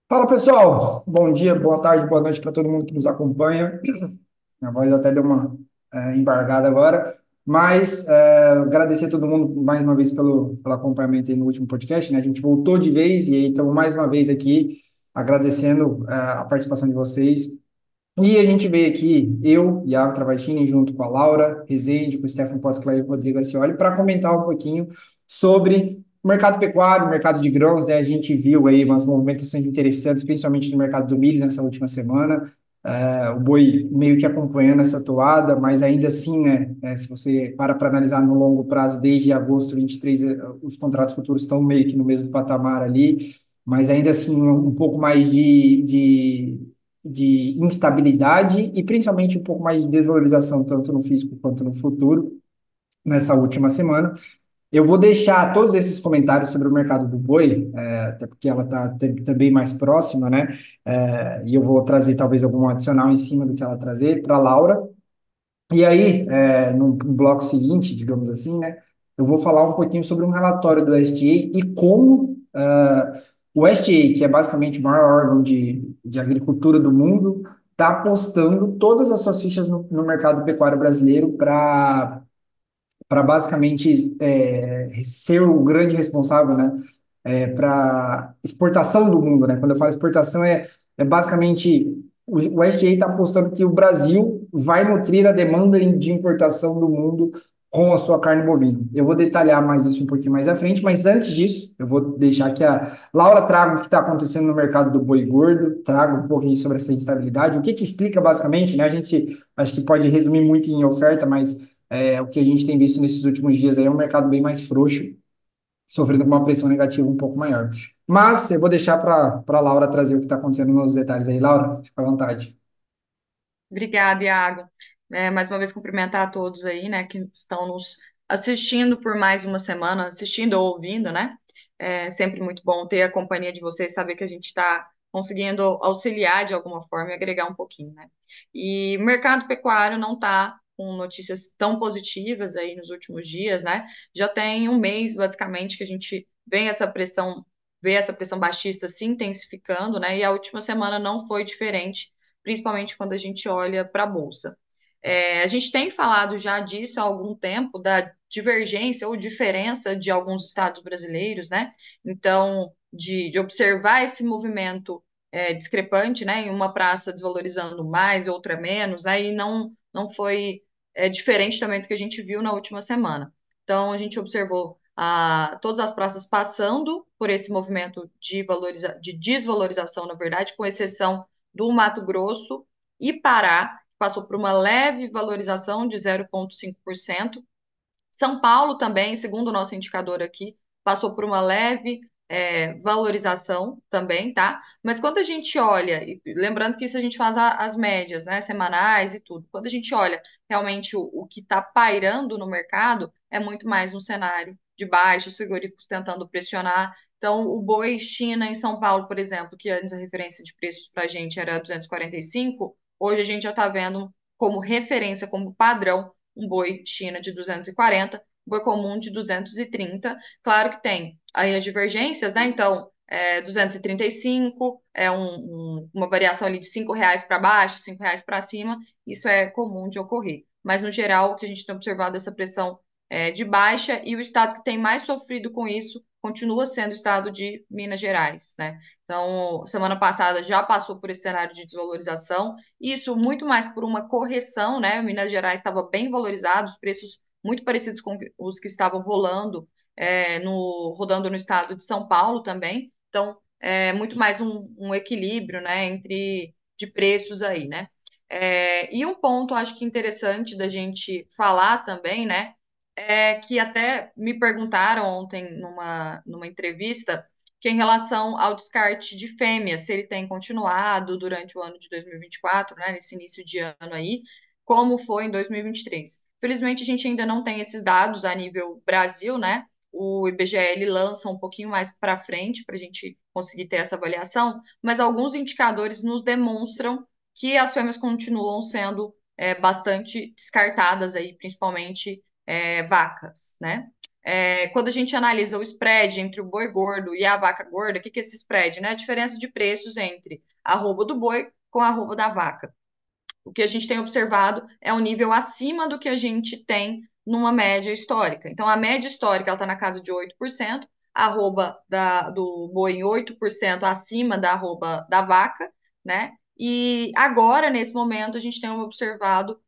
Fala pessoal, bom dia, boa tarde, boa noite para todo mundo que nos acompanha. Minha voz até deu uma embargada agora, mas agradecer a todo mundo mais uma vez pelo acompanhamento aí no último podcast, né? A gente voltou de vez e aí estamos mais uma vez aqui agradecendo a participação de vocês. E a gente veio aqui, eu, Iago Travatini, junto com a Laura Rezende, com o Stefano Pottsclair e com o Rodrigo Acioli, para comentar um pouquinho sobre o mercado pecuário, o mercado de grãos, né? A gente viu aí umas movimentações interessantes, principalmente no mercado do milho nessa última semana. O boi meio que acompanhando essa toada, mas ainda assim, né? Se você para analisar no longo prazo, desde agosto 23, os contratos futuros estão meio que no mesmo patamar ali, mas ainda assim um pouco mais de instabilidade e principalmente um pouco mais de desvalorização, tanto no físico quanto no futuro, nessa última semana. Eu vou deixar todos esses comentários sobre o mercado do boi, até porque ela está também mais próxima, né? E eu vou trazer talvez algum adicional em cima do que ela trazer para a Laura. E aí, no bloco seguinte, digamos assim, né, eu vou falar um pouquinho sobre um relatório do SDA e como o SDA, que é basicamente o maior órgão de agricultura do mundo, está apostando todas as suas fichas no mercado pecuário brasileiro para basicamente ser o grande responsável, né, para exportação do mundo, né? Quando eu falo exportação é basicamente o SDA está apostando que o Brasil vai nutrir a demanda de importação do mundo com a sua carne bovina. Eu vou detalhar mais isso um pouquinho mais à frente, mas antes disso, eu vou deixar que a Laura traga o que está acontecendo no mercado do boi gordo, traga um pouquinho sobre essa instabilidade, o que que explica basicamente, né? A gente acho que pode resumir muito em oferta, mas o que a gente tem visto nesses últimos dias aí é um mercado bem mais frouxo, sofrendo com uma pressão negativa um pouco maior. Mas eu vou deixar para a Laura trazer o que está acontecendo nos detalhes aí. Laura, fica à vontade. Obrigada, Iago. Mais uma vez cumprimentar a todos aí, né, que estão nos assistindo por mais uma semana, assistindo ou ouvindo, né? É sempre muito bom ter a companhia de vocês, saber que a gente está conseguindo auxiliar de alguma forma e agregar um pouquinho, né? E o mercado pecuário não está com notícias tão positivas aí nos últimos dias, né? Já tem um mês, basicamente, que a gente vê essa pressão baixista se intensificando, né? E a última semana não foi diferente, principalmente quando a gente olha para a Bolsa. A gente tem falado já disso há algum tempo, da divergência ou diferença de alguns estados brasileiros, né? Então, de observar esse movimento discrepante, né? Em uma praça desvalorizando mais, outra menos, aí não foi diferente também do que a gente viu na última semana. Então, a gente observou todas as praças passando por esse movimento de desvalorização, na verdade, com exceção do Mato Grosso e Pará, passou por uma leve valorização de 0,5%. São Paulo também, segundo o nosso indicador aqui, passou por uma leve valorização também, tá? Mas quando a gente olha, e lembrando que isso a gente faz as médias, né, semanais e tudo, quando a gente olha realmente o que está pairando no mercado, é muito mais um cenário de baixa, os frigoríficos tentando pressionar. Então, o boi China em São Paulo, por exemplo, que antes a referência de preços para a gente era 245, hoje a gente já está vendo como referência, como padrão, um boi China de 240, boi comum de 230. Claro que tem aí as divergências, né? Então, 235 uma variação ali de R$ 5 para baixo, R$ 5 para cima, isso é comum de ocorrer. Mas, no geral, o que a gente tem observado é essa pressão de baixa, e o estado que tem mais sofrido com isso continua sendo o estado de Minas Gerais, né? Então, semana passada já passou por esse cenário de desvalorização, isso muito mais por uma correção, né? Minas Gerais estava bem valorizado, os preços muito parecidos com os que estavam rodando no estado de São Paulo também. Então, é muito mais um equilíbrio, né, entre de preços aí, né? E um ponto, acho que interessante da gente falar também, né, é que até me perguntaram ontem numa entrevista, que é em relação ao descarte de fêmeas, se ele tem continuado durante o ano de 2024, né, nesse início de ano aí, como foi em 2023. Felizmente, a gente ainda não tem esses dados a nível Brasil, né? O IBGE lança um pouquinho mais para frente para a gente conseguir ter essa avaliação, mas alguns indicadores nos demonstram que as fêmeas continuam sendo bastante descartadas aí, principalmente vacas, né? Quando a gente analisa o spread entre o boi gordo e a vaca gorda, o que que é esse spread, né? A diferença de preços entre a arroba do boi com a arroba da vaca. O que a gente tem observado é um nível acima do que a gente tem numa média histórica. Então, a média histórica está na casa de 8%, a arroba do boi em 8% acima da arroba da vaca, né? E agora, nesse momento, a gente tem observado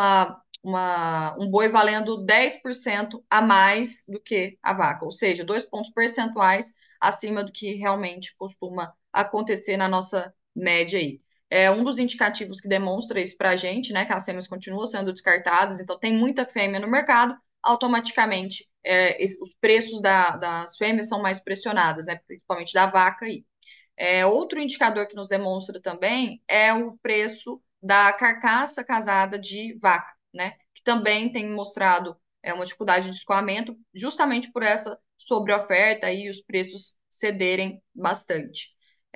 um boi valendo 10% a mais do que a vaca, ou seja, 2 pontos percentuais acima do que realmente costuma acontecer na nossa média aí. É um dos indicativos que demonstra isso para a gente, né? Que as fêmeas continuam sendo descartadas, então tem muita fêmea no mercado, automaticamente os preços das fêmeas são mais pressionadas, né? Principalmente da vaca aí. Outro indicador que nos demonstra também é o preço da carcaça casada de vaca, né? Que também tem mostrado uma dificuldade de escoamento, justamente por essa sobreoferta e os preços cederem bastante.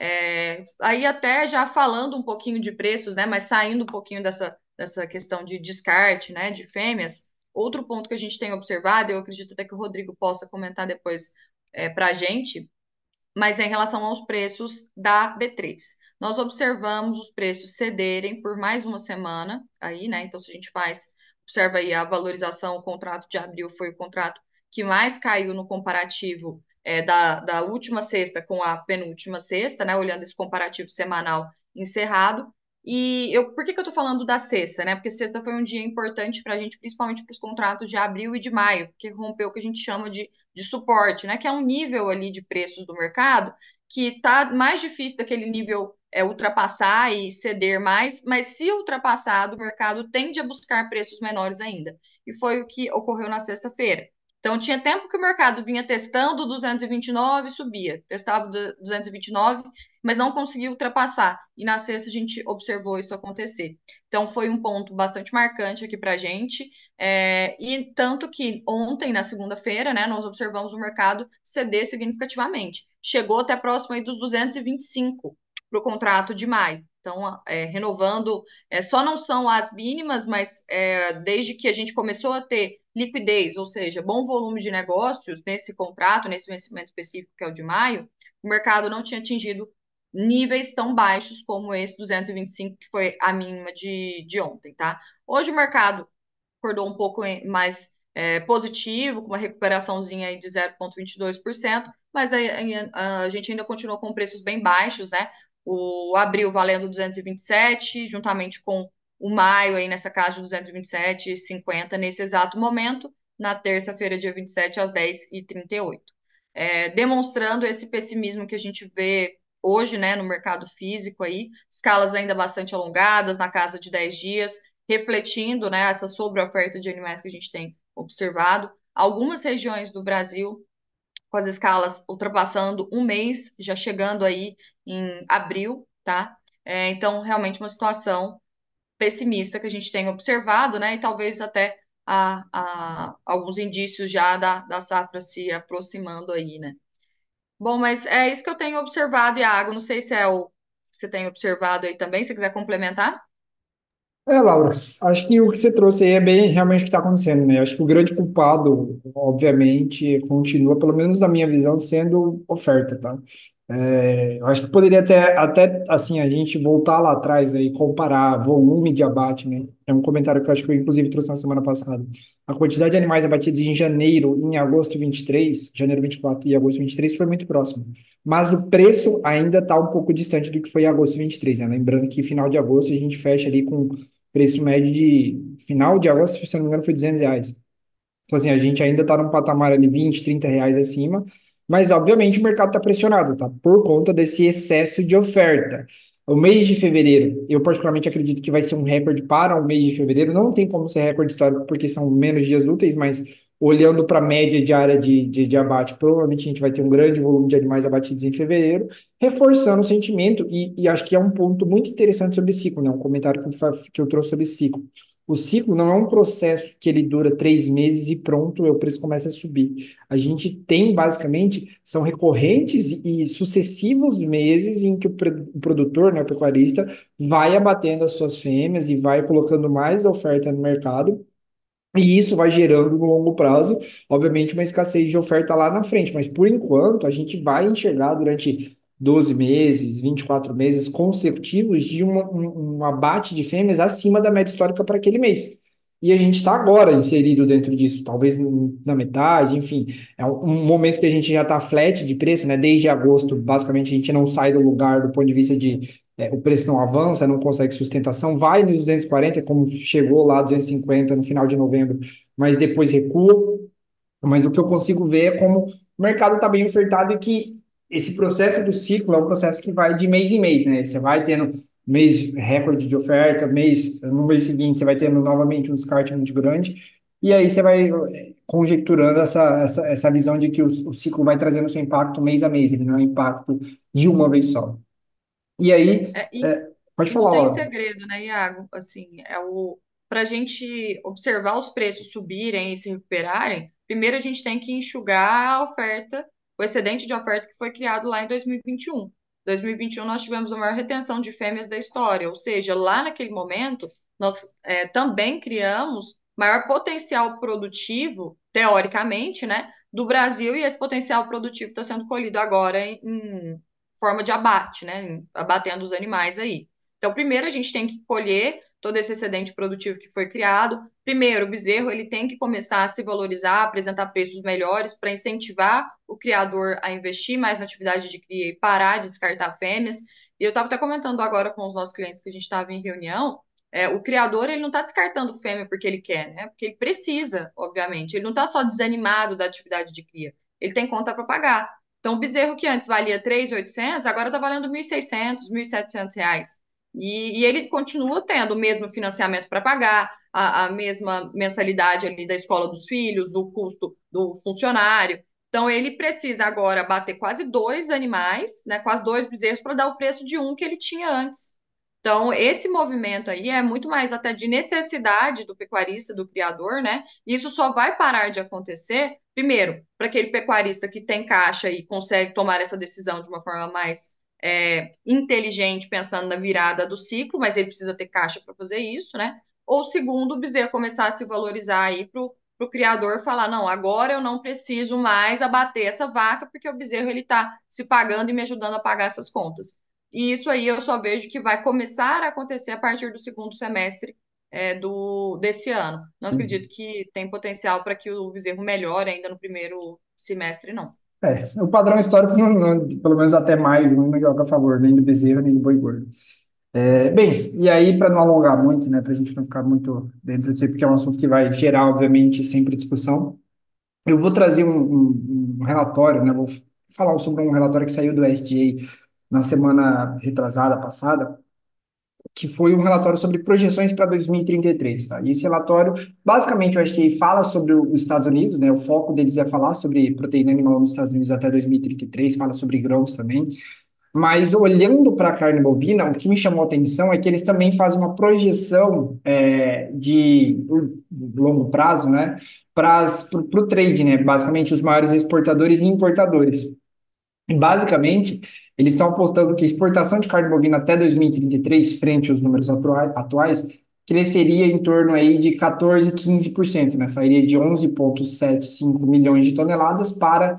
Aí até já falando um pouquinho de preços, né? Mas saindo um pouquinho dessa questão de descarte, né? De fêmeas, outro ponto que a gente tem observado, eu acredito até que o Rodrigo possa comentar depois para a gente, mas é em relação aos preços da B3. Nós observamos os preços cederem por mais uma semana aí, né? Então, se a gente observa aí a valorização, o contrato de abril foi o contrato que mais caiu no comparativo da última sexta com a penúltima sexta, né? Olhando esse comparativo semanal encerrado. Por que que eu tô falando da sexta, né? Porque sexta foi um dia importante para a gente, principalmente para os contratos de abril e de maio, que rompeu o que a gente chama de suporte, né? Que é um nível ali de preços do mercado que está mais difícil daquele nível ultrapassar e ceder mais, mas se ultrapassado, o mercado tende a buscar preços menores ainda. E foi o que ocorreu na sexta-feira. Então, tinha tempo que o mercado vinha testando 229, subia, testava 229, mas não conseguia ultrapassar. E na sexta a gente observou isso acontecer. Então, foi um ponto bastante marcante aqui para a gente. E tanto que ontem, na segunda-feira, né, nós observamos o mercado ceder significativamente. Chegou até próximo aí dos 225 para o contrato de maio. Então, renovando, só não são as mínimas, mas desde que a gente começou a ter liquidez, ou seja, bom volume de negócios nesse contrato, nesse vencimento específico que é o de maio, o mercado não tinha atingido níveis tão baixos como esse 225, que foi a mínima de ontem, tá? Hoje o mercado acordou um pouco mais positivo, com uma recuperaçãozinha aí de 0,22%, mas a gente ainda continuou com preços bem baixos, né? O abril valendo 227, juntamente com o maio aí nessa casa de 227,50 nesse exato momento, na terça-feira, dia 27, às 10h38. Demonstrando esse pessimismo que a gente vê hoje, né, no mercado físico aí, escalas ainda bastante alongadas, na casa de 10 dias, refletindo, né, essa sobreoferta de animais que a gente tem observado. Algumas regiões do Brasil com as escalas ultrapassando um mês, já chegando aí em abril, tá? Então, realmente uma situação pessimista que a gente tem observado, né? E talvez até alguns indícios já da safra se aproximando aí, né? Bom, mas é isso que eu tenho observado, Iago. Não sei se é o que você tem observado aí também, se quiser complementar. Laura, acho que o que você trouxe aí é bem realmente o que está acontecendo, né? Acho que o grande culpado, obviamente, continua, pelo menos na minha visão, sendo oferta, tá? Eu acho que poderia até, assim, a gente voltar lá atrás e comparar volume de abate, né? É um comentário que eu acho que eu, inclusive, trouxe na semana passada. A quantidade de animais abatidos em janeiro, em agosto 23, janeiro 24 e agosto 23 foi muito próximo. Mas o preço ainda está um pouco distante do que foi em agosto 23, né? Lembrando que final de agosto a gente fecha ali com preço médio de final de agosto, se eu não me engano, foi R$ 200. Então, assim, a gente ainda está num patamar ali 20, R$ 30 acima, mas obviamente o mercado está pressionado, tá? Por conta desse excesso de oferta. O mês de fevereiro, eu particularmente acredito que vai ser um recorde para o mês de fevereiro. Não tem como ser recorde histórico porque são menos dias úteis, mas olhando para a média diária de abate, provavelmente a gente vai ter um grande volume de animais abatidos em fevereiro, reforçando o sentimento. E acho que é um ponto muito interessante sobre ciclo, né? Um comentário que eu trouxe sobre ciclo. O ciclo não é um processo que ele dura 3 meses e pronto, o preço começa a subir. A gente tem, basicamente, são recorrentes e sucessivos meses em que o produtor, né, o pecuarista, vai abatendo as suas fêmeas e vai colocando mais oferta no mercado E isso vai gerando no longo prazo, obviamente, uma escassez de oferta lá na frente. Mas por enquanto, a gente vai enxergar durante 12 meses, 24 meses consecutivos de um abate de fêmeas acima da média histórica para aquele mês. E a gente está agora inserido dentro disso, talvez na metade, enfim. É um momento que a gente já está flat de preço, né? Desde agosto, basicamente, a gente não sai do lugar do ponto de vista de o preço não avança, não consegue sustentação, vai nos 240, como chegou lá 250 no final de novembro, mas depois recua. Mas o que eu consigo ver é como o mercado está bem ofertado e que esse processo do ciclo é um processo que vai de mês em mês, né? Você vai tendo mês recorde de oferta, no mês seguinte você vai tendo novamente um descarte muito grande, e aí você vai conjecturando essa visão de que o ciclo vai trazendo seu impacto mês a mês, ele não é um impacto de uma vez só. E aí, É, pode e não falar, tem Laura. segredo, né, Iago? Assim, para a gente observar os preços subirem e se recuperarem, primeiro a gente tem que enxugar a oferta, o excedente de oferta que foi criado lá em 2021. 2021 nós tivemos a maior retenção de fêmeas da história, ou seja, lá naquele momento nós também criamos maior potencial produtivo, teoricamente, né, do Brasil, e esse potencial produtivo está sendo colhido agora em forma de abate, né, abatendo os animais aí. Então, primeiro a gente tem que colher todo esse excedente produtivo que foi criado. Primeiro, o bezerro ele tem que começar a se valorizar, apresentar preços melhores para incentivar o criador a investir mais na atividade de cria e parar de descartar fêmeas. E eu estava até comentando agora com os nossos clientes que a gente estava em reunião, o criador ele não está descartando fêmea porque ele quer, né? Porque ele precisa, obviamente. Ele não está só desanimado da atividade de cria. Ele tem conta para pagar. Então, o bezerro que antes valia 3.800, agora está valendo 1.600, 1.700 reais. E ele continua tendo o mesmo financiamento para pagar, a mesma mensalidade ali da escola dos filhos, do custo do funcionário. Então, ele precisa agora bater quase dois animais, né, quase dois bezerros, para dar o preço de um que ele tinha antes. Então, esse movimento aí é muito mais até de necessidade do pecuarista, do criador, né? E isso só vai parar de acontecer, primeiro, para aquele pecuarista que tem caixa e consegue tomar essa decisão de uma forma mais inteligente, pensando na virada do ciclo, mas ele precisa ter caixa para fazer isso, né? Ou segundo, o bezerro começar a se valorizar aí para o criador falar, não, agora eu não preciso mais abater essa vaca, porque o bezerro ele está se pagando e me ajudando a pagar essas contas. E isso aí eu só vejo que vai começar a acontecer a partir do segundo semestre desse ano. Não Sim. acredito que tem potencial para que o bezerro melhore ainda no primeiro semestre, não. O padrão histórico, pelo menos até maio, não joga a favor nem do Bezerra, nem do Boi Gordo. Bem, e aí, para não alongar muito, né, para a gente não ficar muito dentro disso, aí, porque é um assunto que vai gerar, obviamente, sempre discussão, eu vou trazer um relatório, né, vou falar sobre um relatório que saiu do SDA na semana retrasada, passada, que foi um relatório sobre projeções para 2033, tá? E esse relatório, basicamente, eu acho que fala sobre os Estados Unidos, né? O foco deles é falar sobre proteína animal nos Estados Unidos até 2033, fala sobre grãos também. Mas olhando para a carne bovina, o que me chamou a atenção é que eles também fazem uma projeção de longo prazo, né? Para o trade, né? Basicamente, os maiores exportadores e importadores. E, basicamente, eles estão apostando que a exportação de carne bovina até 2033, frente aos números atuais, cresceria em torno aí de 14, 15%, né? Sairia de 11,75 milhões de toneladas para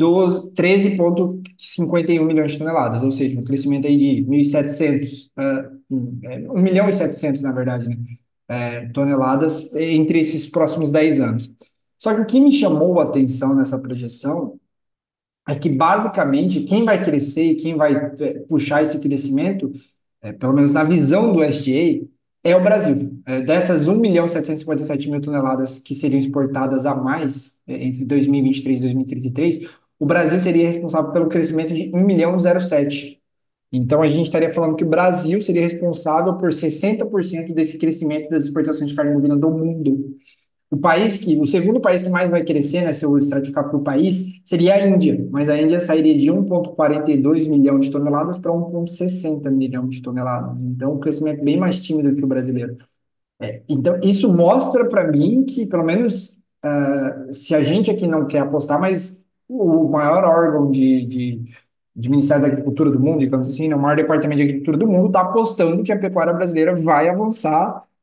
13,51 milhões de toneladas, ou seja, um crescimento aí de 1.700, 1 milhão e 700, na verdade, né? Toneladas entre esses próximos 10 anos. Só que o que me chamou a atenção nessa projeção é que basicamente quem vai crescer e quem vai puxar esse crescimento, pelo menos na visão do SDA, é o Brasil. Dessas 1.757.000 toneladas que seriam exportadas a mais entre 2023 e 2033, o Brasil seria responsável pelo crescimento de 1.007. Então a gente estaria falando que o Brasil seria responsável por 60% desse crescimento das exportações de carne bovina do mundo. O segundo país que mais vai crescer, né, se eu estratificar por país, seria a Índia, mas a Índia sairia de 1,42 milhão de toneladas para 1,60 milhão de toneladas. Então, um crescimento bem mais tímido que o brasileiro. Então, isso mostra para mim que, pelo menos, se a gente aqui não quer apostar, mas o maior órgão de Ministério da Agricultura do mundo, digamos assim, né, o maior departamento de agricultura do mundo, está apostando que a pecuária brasileira vai avançar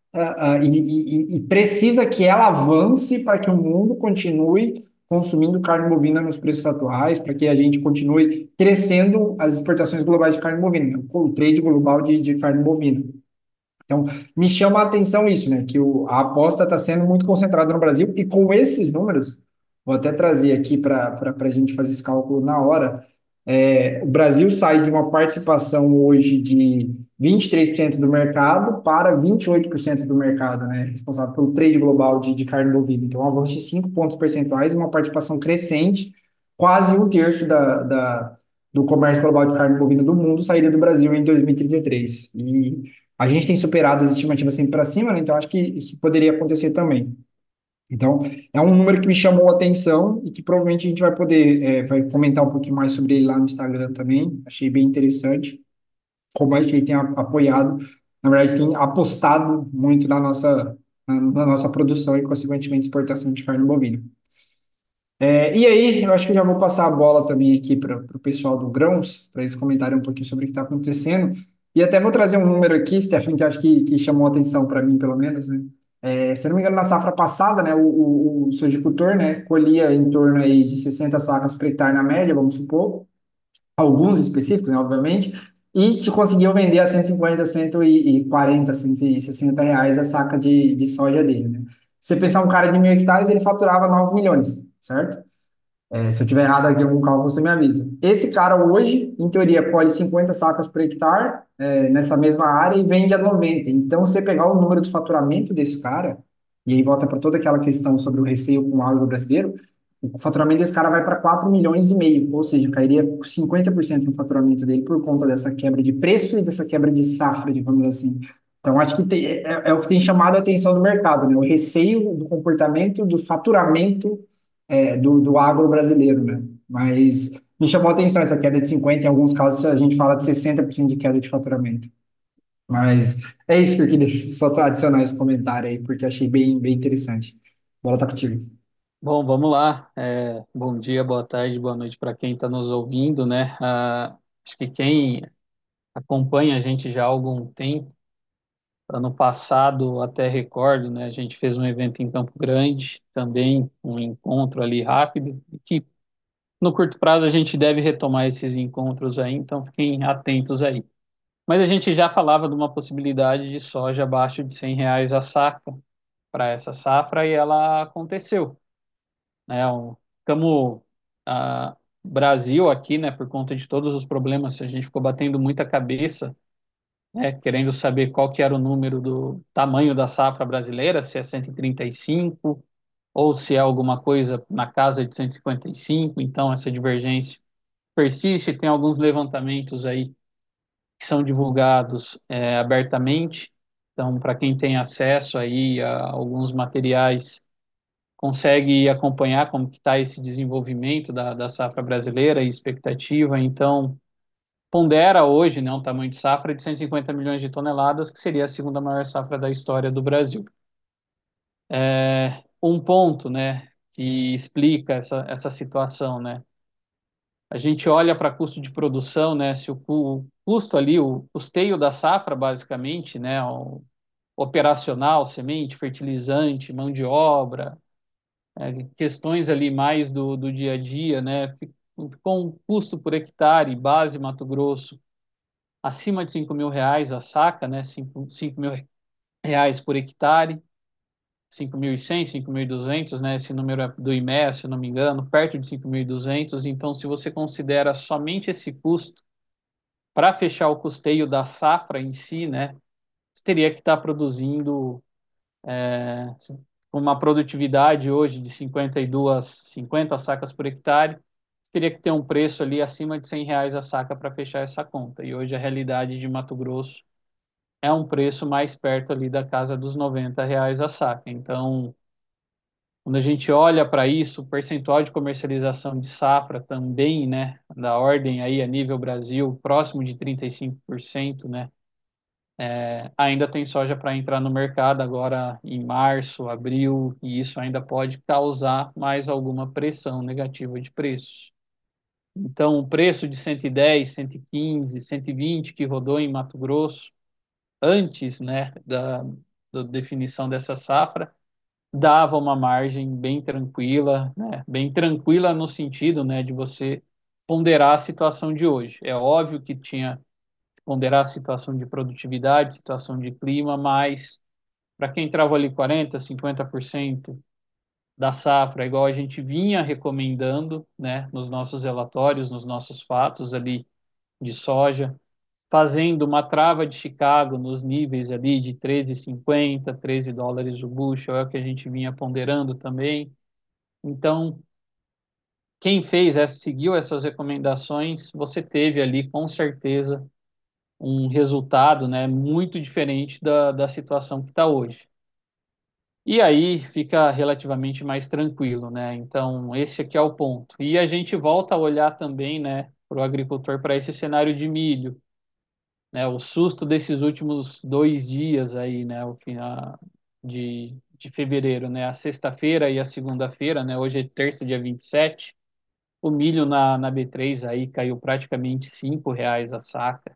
e precisa que ela avance para que o mundo continue consumindo carne bovina nos preços atuais, para que a gente continue crescendo as exportações globais de carne bovina, né? O trade global de carne bovina. Então, me chama a atenção isso, né? Que a aposta está sendo muito concentrada no Brasil, e com esses números, vou até trazer aqui para a gente fazer esse cálculo na hora. O Brasil sai de uma participação hoje de 23% do mercado para 28% do mercado, né? Responsável pelo trade global de carne bovina. Então, um avanço de 5 pontos percentuais, uma participação crescente, quase um terço do comércio global de carne bovina do mundo sairia do Brasil em 2033. E a gente tem superado as estimativas sempre para cima, né? Então acho que isso poderia acontecer também. Então, é um número que me chamou a atenção e que provavelmente a gente vai poder, vai comentar um pouquinho mais sobre ele lá no Instagram também. Achei bem interessante como a gente tem apoiado, na verdade, tem apostado muito na nossa produção e, consequentemente, exportação de carne bovina. E aí, eu acho que eu já vou passar a bola também aqui para o pessoal do Grãos, para eles comentarem um pouquinho sobre o que está acontecendo. E até vou trazer um número aqui, Stefan, que eu acho que chamou a atenção para mim, pelo menos, né? Se eu não me engano, na safra passada, né, o sojicultor, né, colhia em torno aí de 60 sacas por hectare na média, vamos supor, alguns específicos, né, obviamente, e te conseguiam vender a 150, 140, R$ 160 a saca de soja dele, né? Se você pensar um cara de 1.000 hectares, ele faturava 9 milhões, certo? Se eu tiver errado aqui em algum cálculo, você me avisa. Esse cara hoje, em teoria, colhe 50 sacas por hectare, nessa mesma área e vende a 90. Então, se você pegar o número de faturamento desse cara, e aí volta para toda aquela questão sobre o receio com o agro brasileiro, o faturamento desse cara vai para 4 milhões e meio, ou seja, cairia 50% no faturamento dele por conta dessa quebra de preço e dessa quebra de safra, digamos assim. Então, acho que é o que tem chamado a atenção do mercado, né? O receio do comportamento, do faturamento do agro brasileiro, né? Mas me chamou a atenção essa queda de 50%, em alguns casos a gente fala de 60% de queda de faturamento. Mas é isso que eu queria só adicionar esse comentário aí, porque achei bem interessante. Bola tá contigo. Bom, vamos lá. Bom dia, boa tarde, boa noite para quem está nos ouvindo, né? Acho que quem acompanha a gente já há algum tempo, ano passado, até recordo, né? A gente fez um evento em Campo Grande, também um encontro ali rápido, e que no curto prazo a gente deve retomar esses encontros aí, então fiquem atentos aí. Mas a gente já falava de uma possibilidade de soja abaixo de R$ 100 a saca para essa safra e ela aconteceu, né? Ficamos Brasil aqui, né, por conta de todos os problemas, a gente ficou batendo muita cabeça, né, querendo saber qual que era o número do tamanho da safra brasileira, se é 135 ou se é alguma coisa na casa de 155. Então essa divergência persiste, tem alguns levantamentos aí que são divulgados abertamente. Então, para quem tem acesso aí a alguns materiais, consegue acompanhar como que está esse desenvolvimento da safra brasileira e expectativa. Então, pondera hoje, né, um tamanho de safra de 150 milhões de toneladas, que seria a segunda maior safra da história do Brasil. Um ponto, né, que explica essa situação, né? A gente olha para custo de produção, né, se o custo ali, o custeio da safra, basicamente, né, o operacional, semente, fertilizante, mão de obra, questões ali mais do dia a dia, né? Com um custo por hectare, base Mato Grosso, acima de R$ 5.000 a saca, né? R$ 5.000 por hectare, 5.100, 5.200, né? Esse número é do IMEA, se eu não me engano, perto de 5.200. Então, se você considera somente esse custo para fechar o custeio da safra em si, né? Você teria que estar produzindo uma produtividade hoje de 50 sacas por hectare, você teria que ter um preço ali acima de R$ 100 a saca para fechar essa conta. E hoje a realidade de Mato Grosso é um preço mais perto ali da casa dos R$ 90 a saca. Então, quando a gente olha para isso, o percentual de comercialização de safra também, né, da ordem aí a nível Brasil, próximo de 35%, né, ainda tem soja para entrar no mercado agora em março, abril, e isso ainda pode causar mais alguma pressão negativa de preços. Então, o preço de 110, 115, 120 que rodou em Mato Grosso antes, né, da definição dessa safra, dava uma margem bem tranquila, né? Bem tranquila no sentido, né, de você ponderar a situação de hoje. É óbvio que tinha que ponderar a situação de produtividade, situação de clima, mas para quem trava ali 40, 50% da safra, igual a gente vinha recomendando, né, nos nossos relatórios, nos nossos fatos ali de soja, fazendo uma trava de Chicago nos níveis ali de 13,50, US$ 13 o bushel, é o que a gente vinha ponderando também. Então, quem fez, seguiu essas recomendações, você teve ali com certeza um resultado, né, muito diferente da situação que está hoje. E aí fica relativamente mais tranquilo, né? Então, esse aqui é o ponto. E a gente volta a olhar também, né, para o agricultor, para esse cenário de milho, né? O susto desses últimos 2 dias aí, né? O final de fevereiro, né? A sexta-feira e a segunda-feira, né? Hoje é terça, dia 27. O milho na B3 aí caiu praticamente R$ 5 a saca,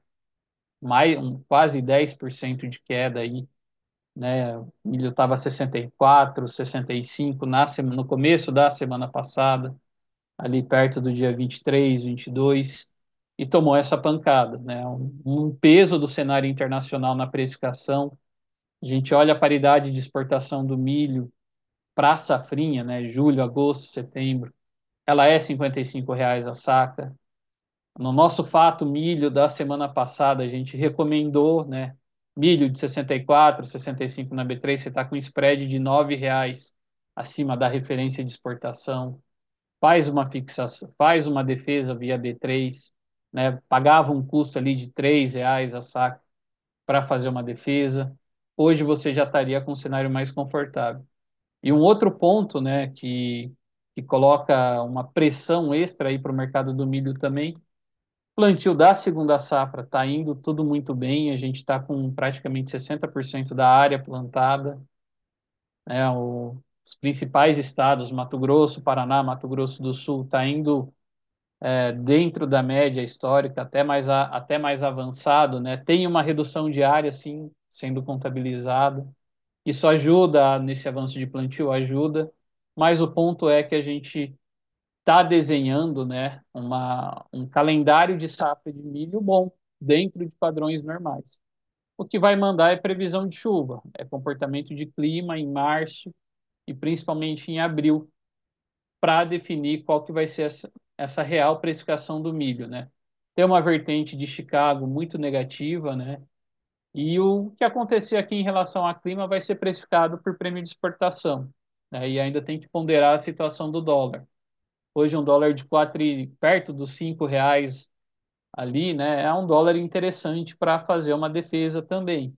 quase 10% de queda aí, né? O milho estava 64, 65 no começo da semana passada, ali perto do dia 23, 22, e tomou essa pancada, né? Um peso do cenário internacional na precificação. A gente olha a paridade de exportação do milho para a safrinha, né? Julho, agosto, setembro, ela é R$ 55 a saca. No nosso fato milho da semana passada, a gente recomendou, né? Milho de 64, 65 na B3, você está com spread de R$ 9 acima da referência de exportação. Faz uma fixação, faz uma defesa via B3, né? Pagava um custo ali de R$ 3 a saca para fazer uma defesa. Hoje você já estaria com um cenário mais confortável. E um outro ponto, né, que coloca uma pressão extra aí para o mercado do milho também. Plantio da segunda safra está indo tudo muito bem, a gente está com praticamente 60% da área plantada, né? Os principais estados, Mato Grosso, Paraná, Mato Grosso do Sul, está indo dentro da média histórica, até mais avançado, né? Tem uma redução de área, sim, sendo contabilizada. Isso ajuda nesse avanço de plantio, ajuda, mas o ponto é que a gente está desenhando, né, um calendário de safra de milho bom, dentro de padrões normais. O que vai mandar é previsão de chuva, é comportamento de clima em março e principalmente em abril, para definir qual que vai ser essa real precificação do milho, né? Tem uma vertente de Chicago muito negativa, né? E o que acontecer aqui em relação ao clima vai ser precificado por prêmio de exportação, né? E ainda tem que ponderar a situação do dólar. Hoje um dólar de 4, perto dos R$ 5 ali, né, é um dólar interessante para fazer uma defesa também.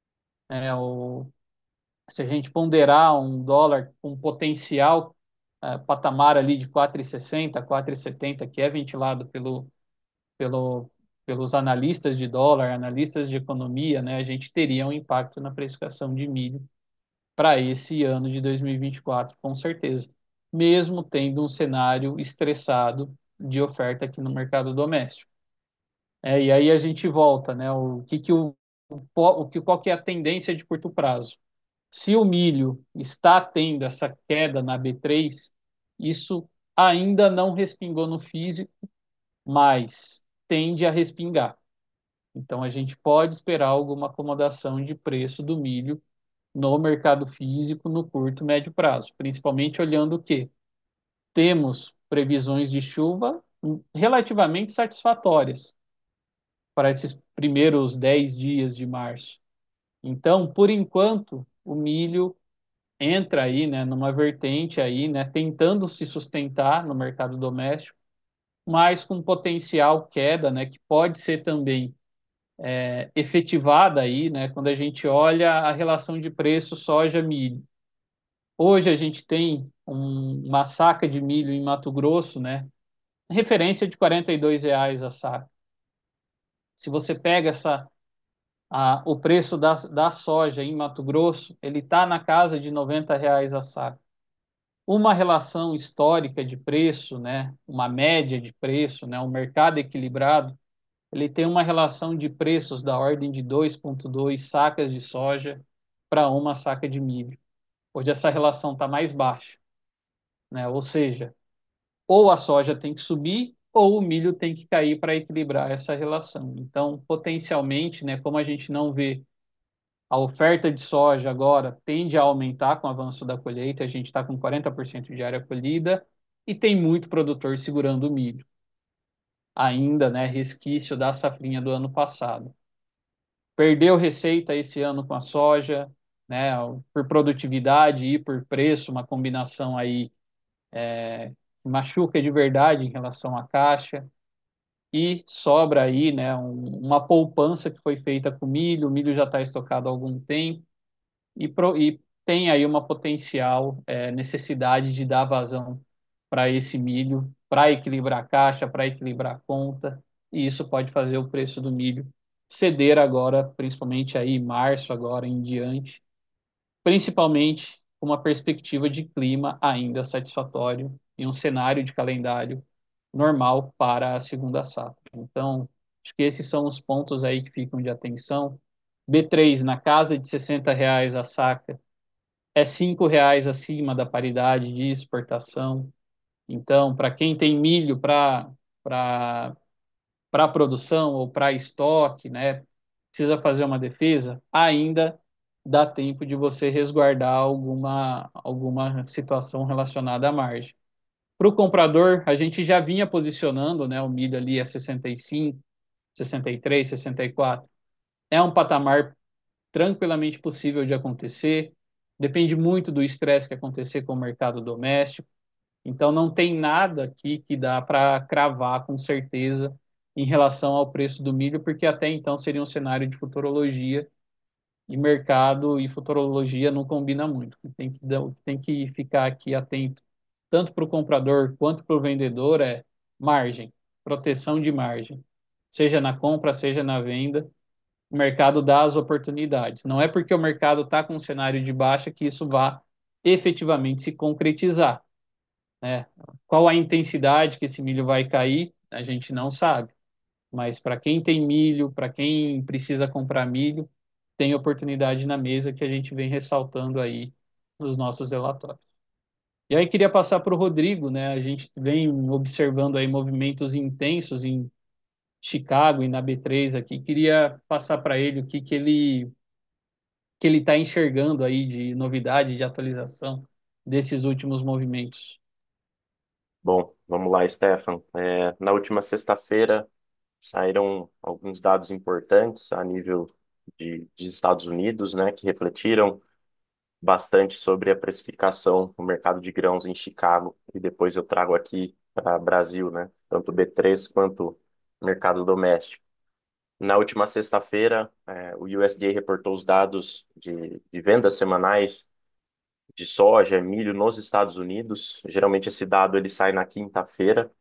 Se a gente ponderar um dólar com potencial patamar ali de 4,60, 4,70, que é ventilado pelo, pelos analistas de dólar, analistas de economia, né, a gente teria um impacto na precificação de milho para esse ano de 2024, com certeza, mesmo tendo um cenário estressado de oferta aqui no mercado doméstico. E aí a gente volta, né? Qual que é a tendência de curto prazo? Se o milho está tendo essa queda na B3, isso ainda não respingou no físico, mas tende a respingar. Então a gente pode esperar alguma acomodação de preço do milho no mercado físico no curto e médio prazo, principalmente olhando o quê? Temos previsões de chuva relativamente satisfatórias para esses primeiros 10 dias de março. Então, por enquanto, o milho entra aí, né, numa vertente aí, né, tentando se sustentar no mercado doméstico, mas com potencial queda, né, que pode ser também efetivada aí, né, quando a gente olha a relação de preço soja-milho. Hoje a gente tem uma saca de milho em Mato Grosso, né, referência de R$ 42 a saca. Se você pega o preço da soja em Mato Grosso, ele está na casa de R$ 90 a saca. Uma relação histórica de preço, né, uma média de preço, né, um mercado equilibrado, ele tem uma relação de preços da ordem de 2,2 sacas de soja para uma saca de milho. Hoje essa relação está mais baixa, né? Ou seja, ou a soja tem que subir ou o milho tem que cair para equilibrar essa relação. Então, potencialmente, né, como a gente não vê a oferta de soja agora tende a aumentar com o avanço da colheita, a gente está com 40% de área colhida e tem muito produtor segurando o milho, ainda, né, resquício da safrinha do ano passado. Perdeu receita esse ano com a soja, né, por produtividade e por preço, uma combinação aí que machuca de verdade em relação à caixa. E sobra aí, né, uma poupança que foi feita com o milho já está estocado há algum tempo, e tem aí uma potencial necessidade de dar vazão para esse milho, para equilibrar a caixa, para equilibrar a conta, e isso pode fazer o preço do milho ceder agora, principalmente aí em março, agora em diante, principalmente com uma perspectiva de clima ainda satisfatório e um cenário de calendário normal para a segunda safra. Então, acho que esses são os pontos aí que ficam de atenção. B3 na casa de R$ 60 a saca é R$ 5 acima da paridade de exportação. Então, para quem tem milho para produção ou para estoque, né, precisa fazer uma defesa, ainda dá tempo de você resguardar alguma situação relacionada à margem. Para o comprador, a gente já vinha posicionando, né, o milho ali a 65, 63, 64. É um patamar tranquilamente possível de acontecer. Depende muito do estresse que acontecer com o mercado doméstico. Então, não tem nada aqui que dá para cravar com certeza em relação ao preço do milho, porque até então seria um cenário de futurologia e mercado e futurologia não combina muito. O que tem que ficar aqui atento, tanto para o comprador quanto para o vendedor, é margem, proteção de margem, seja na compra, seja na venda. O mercado dá as oportunidades. Não é porque o mercado está com um cenário de baixa que isso vá efetivamente se concretizar, né? Qual a intensidade que esse milho vai cair, a gente não sabe. Mas para quem tem milho, para quem precisa comprar milho, tem oportunidade na mesa que a gente vem ressaltando aí nos nossos relatórios. E aí queria passar para o Rodrigo, né? A gente vem observando aí movimentos intensos em Chicago e na B3 aqui. Queria passar para ele o que ele está enxergando aí de novidade, de atualização desses últimos movimentos. Bom, vamos lá, Stefan. Na última sexta-feira saíram alguns dados importantes a nível de Estados Unidos, né, que refletiram bastante sobre a precificação no mercado de grãos em Chicago. E depois eu trago aqui para o Brasil, né, tanto B3 quanto mercado doméstico. Na última sexta-feira, o USDA reportou os dados de vendas semanais de soja, milho nos Estados Unidos. Geralmente esse dado ele sai na quinta-feira,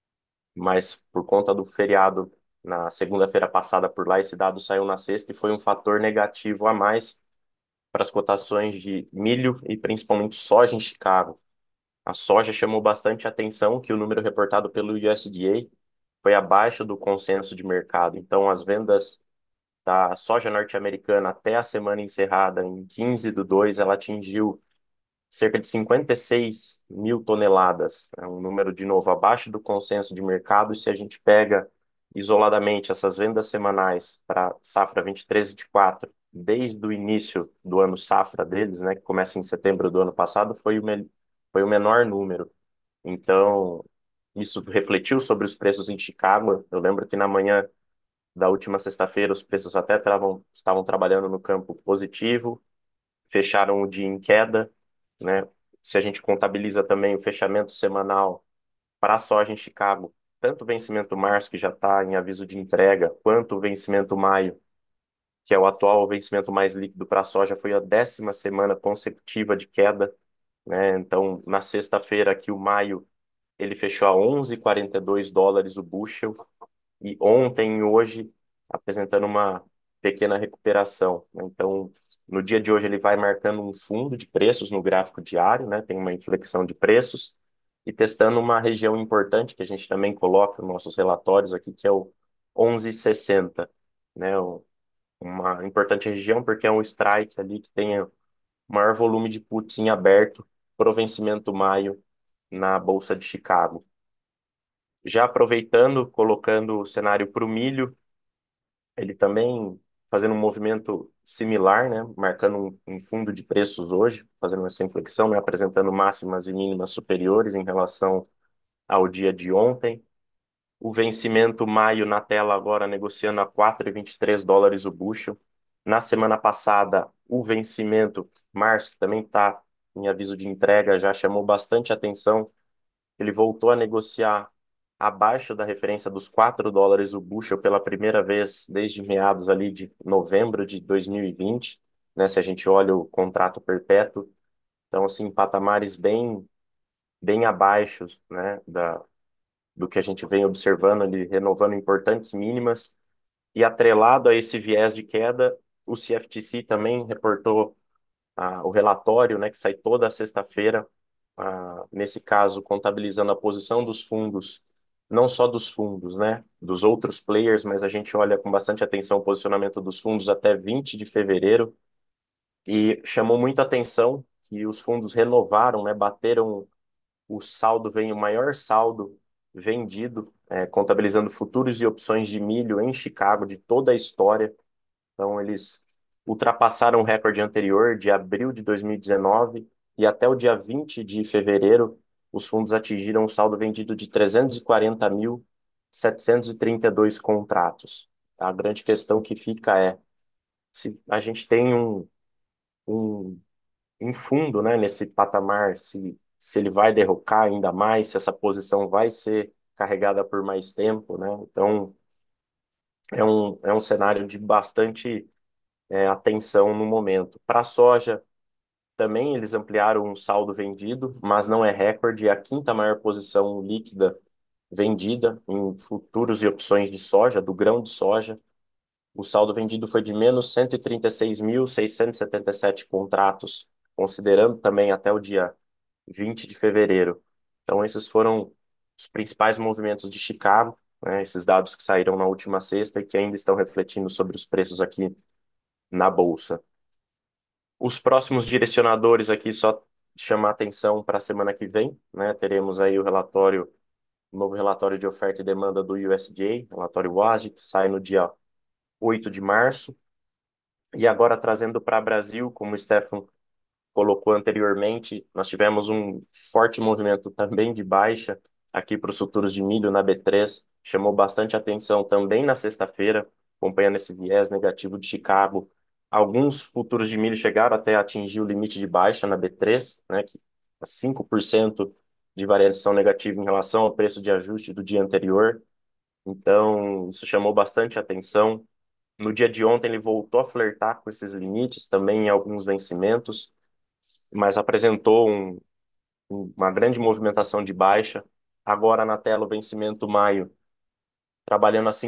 mas por conta do feriado na segunda-feira passada por lá, esse dado saiu na sexta e foi um fator negativo a mais para as cotações de milho e principalmente soja em Chicago. A soja chamou bastante atenção, que o número reportado pelo USDA foi abaixo do consenso de mercado. Então, as vendas da soja norte-americana até a semana encerrada, em 15/2, ela atingiu cerca de 56 mil toneladas. É um número, de novo, abaixo do consenso de mercado. E se a gente pega isoladamente essas vendas semanais para safra 23/24, desde o início do ano safra deles, né, que começa em setembro do ano passado, foi o menor número. Então, isso refletiu sobre os preços em Chicago. Eu lembro que na manhã da última sexta-feira os preços até estavam trabalhando no campo positivo, fecharam o dia em queda, né? Se a gente contabiliza também o fechamento semanal para a soja em Chicago, tanto o vencimento março, que já está em aviso de entrega, quanto o vencimento maio, que é o atual vencimento mais líquido para a soja, foi a 10ª semana consecutiva de queda, né? Então, na sexta-feira aqui, o maio, ele fechou a 11,42 dólares o bushel, e ontem e hoje apresentando uma pequena recuperação, né? Então, no dia de hoje ele vai marcando um fundo de preços no gráfico diário, né? Tem uma inflexão de preços e testando uma região importante que a gente também coloca nos nossos relatórios aqui, que é o 11,60, né? uma importante região, porque é um strike ali que tem o maior volume de puts em aberto pro vencimento maio na Bolsa de Chicago. Já aproveitando, colocando o cenário para o milho, ele também fazendo um movimento similar, né, marcando um fundo de preços hoje, fazendo essa inflexão, né, apresentando máximas e mínimas superiores em relação ao dia de ontem. O vencimento maio na tela agora negociando a 4,23 dólares o bushel. Na semana passada, o vencimento março, que também está em aviso de entrega, já chamou bastante atenção. Ele voltou a negociar abaixo da referência dos 4 dólares o bushel pela primeira vez desde meados ali de novembro de 2020, né? Se a gente olha o contrato perpétuo, então assim, patamares bem abaixo, né, do que a gente vem observando ali, renovando importantes mínimas e atrelado a esse viés de queda, o CFTC também reportou o relatório, né, que sai toda sexta-feira, nesse caso, contabilizando a posição dos fundos, não só dos fundos, né, dos outros players, mas a gente olha com bastante atenção o posicionamento dos fundos até 20 de fevereiro, e chamou muita atenção que os fundos renovaram, né, bateram o saldo, vem o maior saldo vendido, contabilizando futuros e opções de milho em Chicago de toda a história. Então, eles ultrapassaram o recorde anterior de abril de 2019 e até o dia 20 de fevereiro, os fundos atingiram um saldo vendido de 340.732 contratos. A grande questão que fica é se a gente tem um, um fundo, né, nesse patamar, se ele vai derrocar ainda mais, se essa posição vai ser carregada por mais tempo, né? Então, é um cenário de bastante atenção no momento. Para a soja, também eles ampliaram o saldo vendido, mas não é recorde, é a quinta maior posição líquida vendida em futuros e opções de soja, do grão de soja. O saldo vendido foi de menos 136.677 contratos, considerando também até o dia 20 de fevereiro. Então, esses foram os principais movimentos de Chicago, né, esses dados que saíram na última sexta e que ainda estão refletindo sobre os preços aqui na Bolsa. Os próximos direcionadores aqui, só chamar atenção para a semana que vem, né? Teremos aí o novo relatório de oferta e demanda do USDA, relatório WASD, que sai no dia 8 de março. E agora trazendo para o Brasil, como o Stefan colocou anteriormente, nós tivemos um forte movimento também de baixa aqui para os futuros de milho na B3, chamou bastante atenção também na sexta-feira, acompanhando esse viés negativo de Chicago. Alguns futuros de milho chegaram até atingir o limite de baixa na B3, né, que é 5% de variação negativa em relação ao preço de ajuste do dia anterior. Então, isso chamou bastante atenção. No dia de ontem, ele voltou a flertar com esses limites, também em alguns vencimentos, mas apresentou uma grande movimentação de baixa. Agora na tela o vencimento maio, trabalhando a R$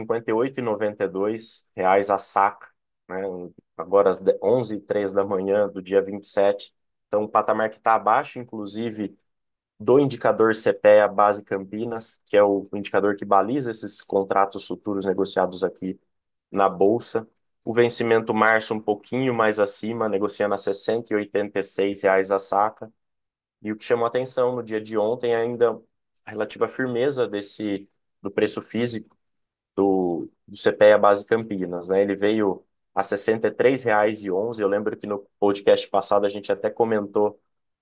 58,92 a saca, né? Agora às 11h03 da manhã do dia 27. Então, um patamar que está abaixo, inclusive, do indicador CPEA Base Campinas, que é o indicador que baliza esses contratos futuros negociados aqui na Bolsa. O vencimento março um pouquinho mais acima, negociando a R$ 60,86 a saca. E o que chamou atenção no dia de ontem é ainda a relativa firmeza do preço físico do CPEA Base Campinas, né? Ele veio a R$ 63,11. Eu lembro que no podcast passado a gente até comentou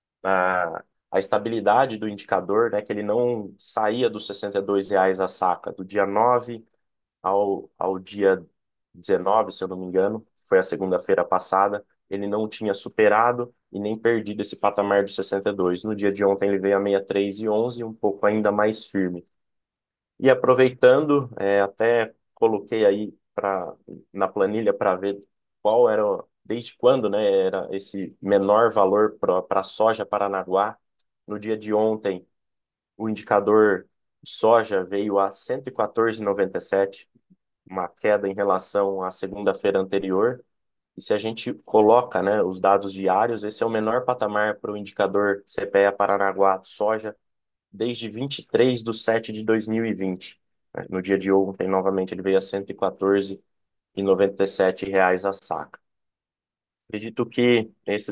a estabilidade do indicador, né? Que ele não saía dos R$ 62 a saca, do dia 9 ao dia 19, se eu não me engano, foi a segunda-feira passada, ele não tinha superado e nem perdido esse patamar de 62. No dia de ontem ele veio a 63,11, um pouco ainda mais firme. E aproveitando, até coloquei aí na planilha para ver qual era, desde quando, né, era esse menor valor para a soja Paranaguá. No dia de ontem, o indicador de soja veio a 114,97, uma queda em relação à segunda-feira anterior. E se a gente coloca, né, os dados diários, esse é o menor patamar para o indicador CPEA Paranaguá soja desde 23 de 7 de 2020. No dia de ontem, novamente, ele veio a 114,97. R$ 97 a saca. Acredito que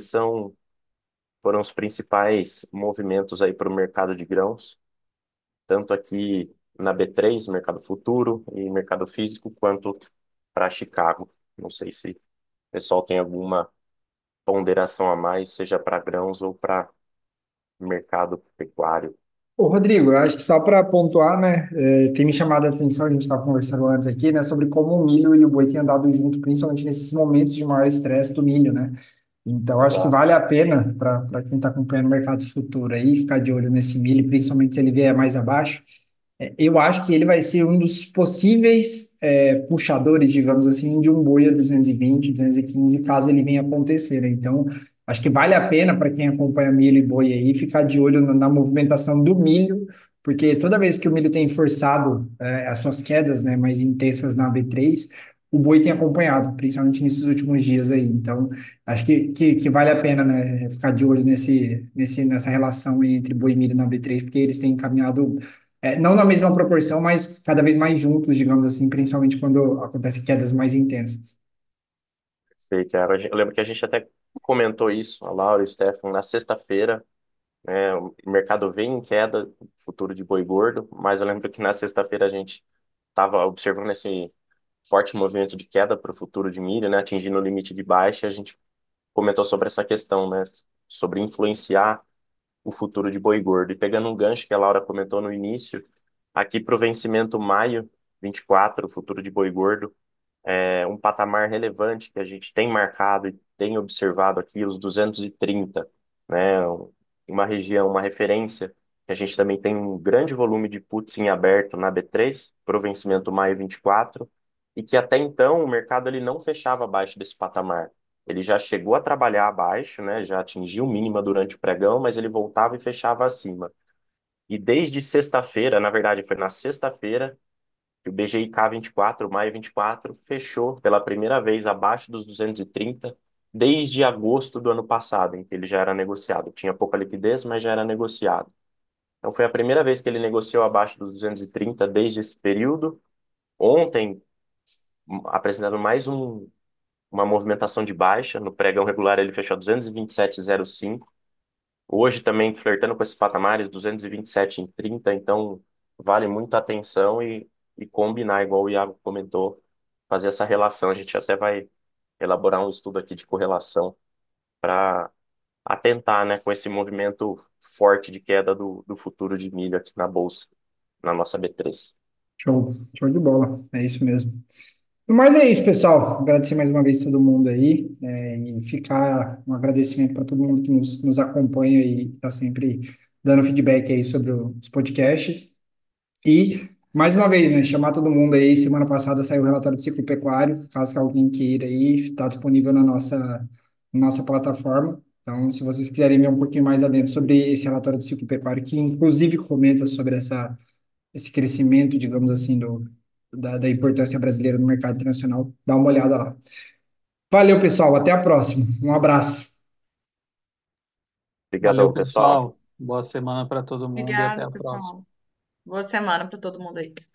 foram os principais movimentos aí para o mercado de grãos, tanto aqui na B3, mercado futuro e mercado físico, quanto para Chicago. Não sei se o pessoal tem alguma ponderação a mais, seja para grãos ou para mercado pecuário. Ô, Rodrigo, eu acho que só para pontuar, né, tem me chamado a atenção, a gente estava conversando antes aqui, né, sobre como o milho e o boi têm andado junto, principalmente nesses momentos de maior estresse do milho, né? Então, acho que Exato. vale a pena para quem está acompanhando o mercado futuro aí, ficar de olho nesse milho, principalmente se ele vier mais abaixo. Eu acho que ele vai ser um dos possíveis puxadores, digamos assim, de um boi a 220, 215, caso ele venha acontecer, né? Então, acho que vale a pena para quem acompanha milho e boi aí ficar de olho na movimentação do milho, porque toda vez que o milho tem forçado as suas quedas, né, mais intensas na B3, o boi tem acompanhado, principalmente nesses últimos dias aí. Então, acho que vale a pena, né, ficar de olho nessa relação aí entre boi e milho na B3, porque eles têm caminhado não na mesma proporção, mas cada vez mais juntos, digamos assim, principalmente quando acontecem quedas mais intensas. Sei, cara. Eu lembro que a gente até comentou isso, a Laura e o Stefan, na sexta-feira, né? O mercado vem em queda, futuro de boi gordo, mas eu lembro que na sexta-feira a gente estava observando esse forte movimento de queda para o futuro de milho, né? Atingindo o limite de baixa, e a gente comentou sobre essa questão, né? Sobre influenciar o futuro de boi gordo. E pegando um gancho que a Laura comentou no início, aqui para o vencimento maio 24, o futuro de boi gordo, um patamar relevante que a gente tem marcado e tem observado aqui, os 230, né? Uma região, uma referência, que a gente também tem um grande volume de puts em aberto na B3, para o vencimento maio 24, e que até então o mercado ele não fechava abaixo desse patamar. Ele já chegou a trabalhar abaixo, né? Já atingiu mínima durante o pregão, mas ele voltava e fechava acima. E desde sexta-feira, na verdade foi na sexta-feira, que o BGIK 24, maio 24, fechou pela primeira vez abaixo dos 230 desde agosto do ano passado, em que ele já era negociado. Tinha pouca liquidez, mas já era negociado. Então foi a primeira vez que ele negociou abaixo dos 230 desde esse período. Ontem, apresentando uma movimentação de baixa, no pregão regular ele fechou a 227,05. Hoje também flertando com esses patamares, 227,30, então vale muita atenção e combinar, igual o Iago comentou, fazer essa relação. A gente até vai elaborar um estudo aqui de correlação para atentar, né, com esse movimento forte de queda do futuro de milho aqui na Bolsa, na nossa B3. Show, show de bola, é isso mesmo. Mas é isso, pessoal. Agradecer mais uma vez todo mundo aí, e ficar um agradecimento para todo mundo que nos acompanha e está sempre dando feedback aí sobre os podcasts. E, mais uma vez, né, chamar todo mundo aí. Semana passada saiu o relatório do ciclo pecuário. Caso que alguém queira aí, está disponível na nossa plataforma. Então, se vocês quiserem ver um pouquinho mais adentro sobre esse relatório do ciclo pecuário, que inclusive comenta sobre esse crescimento, digamos assim, da importância brasileira no mercado internacional, dá uma olhada lá. Valeu, pessoal. Até a próxima. Um abraço. Valeu, Obrigadão, pessoal. pessoal. Boa semana para todo mundo e até Obrigada, a próxima. pessoal. Boa semana para todo mundo aí.